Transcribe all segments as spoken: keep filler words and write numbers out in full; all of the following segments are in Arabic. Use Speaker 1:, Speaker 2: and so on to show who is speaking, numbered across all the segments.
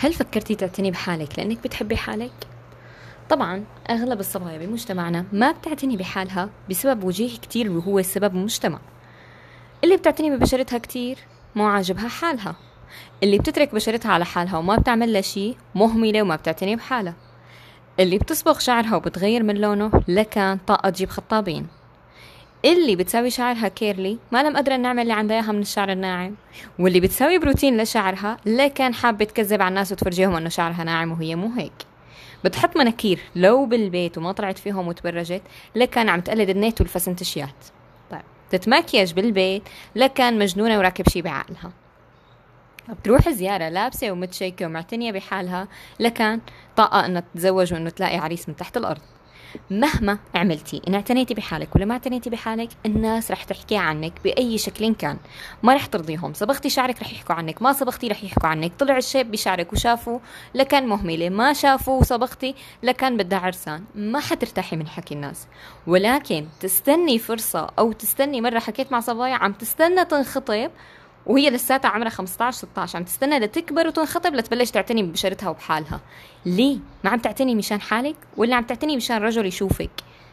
Speaker 1: هل فكرتي تعتني بحالك لأنك بتحبي حالك؟ طبعا أغلب الصبايا بمجتمعنا ما بتعتني بحالها بسبب وجيه كتير وهو السبب المجتمع. اللي بتعتني ببشرتها كتير مو عاجبها حالها، اللي بتترك بشرتها على حالها وما بتعمل لها شي مهملة وما بتعتني بحالها، اللي بتصبغ شعرها وبتغير من لونه لكان طاقة تجيب خطابين، اللي بتساوي شعرها كيرلي ما لم قادرة نعمل اللي عندها إياها من الشعر الناعم، واللي بتساوي بروتين لشعرها لكان حابة تكذب على الناس وتفرجيهم انه شعرها ناعم وهي مو هيك. بتحط مناكير لو بالبيت وما طلعت فيهم وتبرجت لكان عم تقلد النت والفسنتشيات. طيب تتماكياج بالبيت لكان مجنونة وراكب شي بعقلها. بتروح زيارة لابسة ومتشيكة ومعتنية بحالها لكان طاقة انه تتزوج وانه تلاقي عريس من تحت الارض. مهما عملتي ان اعتنيتي بحالك ولا ما اعتنيتي بحالك، الناس رح تحكي عنك باي شكل كان، ما رح ترضيهم. صبغتي شعرك رح يحكوا عنك، ما صبغتي رح يحكوا عنك. طلع الشيب بشعرك وشافوا لكان مهمله، ما شافوا وصبغتي لكان بدها عرسان. ما حترتاحي من حكي الناس، ولكن تستني فرصه او تستني. مره حكيت مع صبايا عم تستنى تنخطب وهي لساتها عمرها خمسة عشر ستة عشر، عم تستنى لتكبر وتنخطب لتبلش تعتني ببشرتها وبحالها. ليه؟ ما عم تعتني مشان حالك ولا عم تعتني مشان رجل يشوفك؟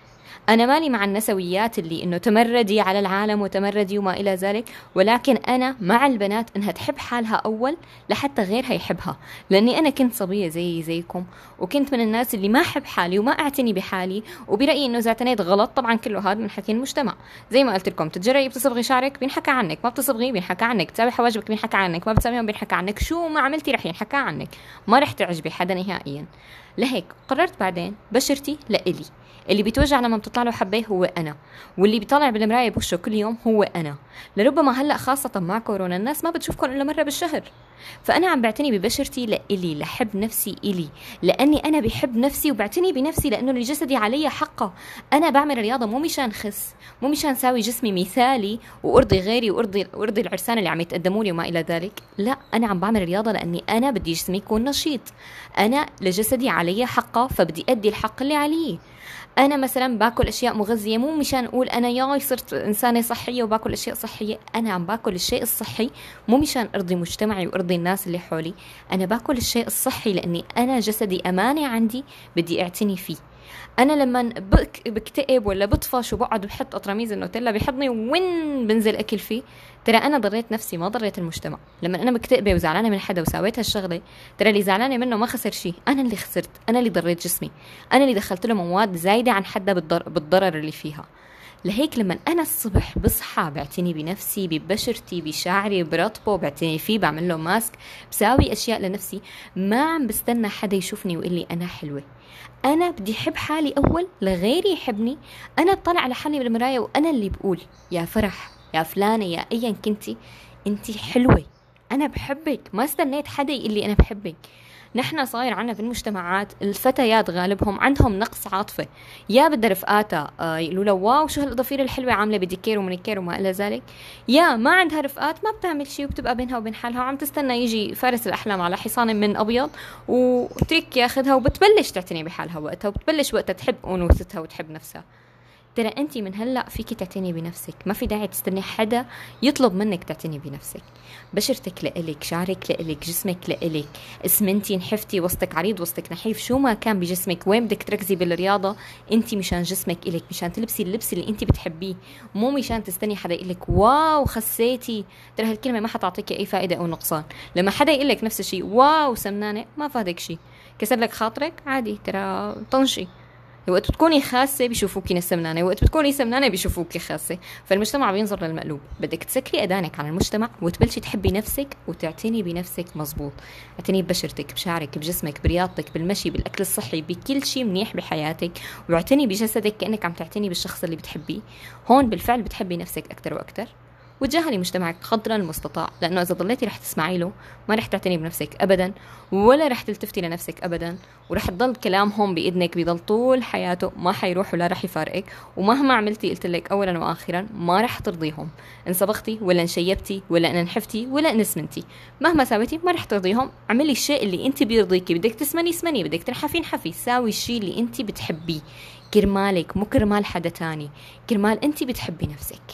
Speaker 1: أنا مالي مع النسويات اللي إنه تمردي على العالم وتمردي وما إلى ذلك، ولكن أنا مع البنات إنها تحب حالها أول لحتى غيرها يحبها. لأني أنا كنت صبية زي زيكم، وكنت من الناس اللي ما أحب حالي وما أعتني بحالي، وبرأيي إنه إذا اعتنيت غلط. طبعا كله هذا من حكي المجتمع. زي ما قلت لكم، تتجرئي بتصبغي شعرك بينحكى عنك، ما بتصبغي بينحكى عنك، تساوي حواجبك بينحكى عنك، ما بتساويهم بينحكى عنك، شو ما عملتي رح ينحكى عنك، ما رح تعجبي حدا نهائيا. لهيك قررت بعدين بشرتي لإلي، اللي بيتوجع لما بتطلع له حبيه هو أنا، واللي بيطلع بالمراية بوشه كل يوم هو أنا. لربما هلأ خاصة مع كورونا الناس ما بتشوفكم إلا مرة بالشهر، فأنا عم بعتني ببشرتي لإلي، لحب نفسي إلي، لأني أنا بحب نفسي وبعتني بنفسي، لأنه لجسدي علي حقه. أنا بعمل رياضة مو مشان خس، مو مشان ساوي جسمي مثالي وأرضي غيري وأرضي وأرضي العرسان اللي عم يتقدموا لي وما إلى ذلك. لا، أنا عم بعمل رياضة لأني أنا بدي جسمي يكون نشيط. أنا لجسدي علي حقه، فبدي أدي الحق اللي عليه. انا مثلا باكل اشياء مغذيه مو مشان اقول انا ياي صرت انسانه صحيه وباكل اشياء صحيه. انا عم باكل الشيء الصحي مو مشان ارضي مجتمعي وارضي الناس اللي حولي. انا باكل الشيء الصحي لاني انا جسدي امانه عندي بدي اعتني فيه. انا لما بك بكتئب ولا بطفش وبقعد بحط اطرميز النوتيلا بحضني وين بنزل اكل فيه، ترى انا ضريت نفسي ما ضريت المجتمع. لما انا مكتئبه وزعلانه من حدا وسويت هالشغله، ترى اللي زعلانه منه ما خسر شيء، انا اللي خسرت، انا اللي ضريت جسمي، انا اللي دخلت له مواد زايده عن حدها بالضر... بالضرر اللي فيها. لهيك لما انا الصبح بصحى بعتني بنفسي، ببشرتي، بشعري، برطبه، بعتني فيه، بعمل له ماسك، بساوي اشياء لنفسي، ما عم بستنى حدا يشوفني ويقول لي انا حلوه. انا بدي احب حالي اول لغيري يحبني. انا بطلع على حالي بالمرايه وانا اللي بقول يا فرح، يا فلانه، يا ايا كنتي، انتي حلوه، انا بحبك. ما استنيت حدا يقول لي انا بحبك. نحن صاير عنا في المجتمعات الفتيات غالبهم عندهم نقص عاطفة، يا بدها رفقاتها آه يقولوا له واو شو هالضفيرة الحلوة عاملة بديكير ومنيكير وما إلى ذلك، يا ما عندها رفقات ما بتعمل شيء وبتبقى بينها وبين حالها وعم تستنى يجي فارس الأحلام على حصان من أبيض وتريك ياخدها، وبتبلش تعتني بحالها وقتها، وبتبلش وقتها تحب أنوثتها وتحب نفسها. ترى انت من هلا فيكي تعتني بنفسك، ما في داعي تستني حدا يطلب منك تعتني بنفسك. بشرتك لإلك، شعرك لإلك، جسمك لإلك، اسمنتي، نحفتي، وسطك عريض، وسطك نحيف، شو ما كان بجسمك، وين بدك تركزي بالرياضة، انت مشان جسمك إلك، مشان تلبسي اللبس اللي انت بتحبيه، مو مشان تستني حدا يقلك واو خسيتي. ترى هالكلمة ما حتعطيكي اي فائدة او نقصان. لما حدا يقلك نفس الشيء واو سمنانة، ما فادك شيء، كسر لك خاطرك، عادي، ترى طنشي. وقت بتكوني خاسة بيشوفوكي نسمنانة، وقت بتكوني سمنانة بيشوفوكي خاسة. فالمجتمع بينظر للمقلوب. بدك تسكري أدانك على المجتمع وتبلشي تحبي نفسك وتعتني بنفسك مزبوط. اعتني ببشرتك، بشعرك، بجسمك، برياضتك، بالمشي، بالأكل الصحي، بكل شيء منيح بحياتك، واعتني بجسدك كأنك عم تعتني بالشخص اللي بتحبيه. هون بالفعل بتحبي نفسك أكتر وأكتر. وتجاهلي مجتمعك قدر المستطاع، لأنه إذا ضليتي رح تسمعي له ما رح تعتني بنفسك أبدا، ولا رح تلتفتي لنفسك أبدا، ورح تضل كلامهم بإذنك بيضل طول حياته، ما حيروح ولا رح يفارقك. ومهما عملتي قلت لك أولا وآخرا ما رح ترضيهم، إن صبغتي ولا انشيبتي ولا إن نحفتي ولا إن سمنتي، مهما سويتي ما رح ترضيهم. اعملي الشيء اللي أنت بيرضيكي. بدك تسمني سمني، بدك تنحفي نحفي، ساوي الشيء اللي أنت بتحبيه كرمالك، مو كرمال حدا تاني، كرمال أنت بتحبي نفسك.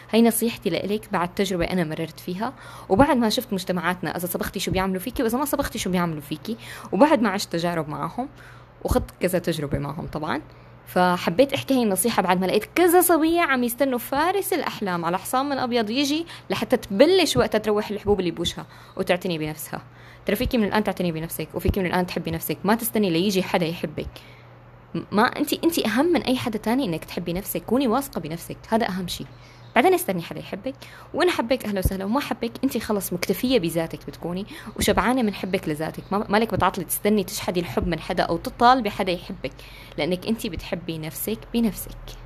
Speaker 1: هي نصيحتي لإلك بعد تجربة أنا مررت فيها، وبعد ما شفت مجتمعاتنا إذا صبختي شو بيعملوا فيكي وإذا ما صبختي شو بيعملوا فيكي، وبعد ما عشت تجارب معهم وخدت كذا تجربة معهم طبعا. فحبيت احكي هاي النصيحة بعد ما لقيت كذا صبية عم يستنوا فارس الأحلام على حصان من أبيض يجي لحتى تبلش وقتها تروح الحبوب اللي بوشها وتعتني بنفسها. ترى فيكي من الآن تعتني بنفسك، وفيكي من الآن تحبي نفسك، ما تستني ليجي حدا يحبك. ما انت انت اهم من اي حدا تاني انك تحبي نفسك، كوني واثقة بنفسك، هذا اهم شيء. بعدين استني حدا يحبك، وانا حبك اهلا وسهلا، وما حبك انت خلص مكتفية بذاتك بتكوني وشبعانة من حبك لذاتك. ما مالك بتعطلي تستني تشحدي الحب من حدا او تطالبي حدا يحبك، لانك انت بتحبي نفسك بنفسك.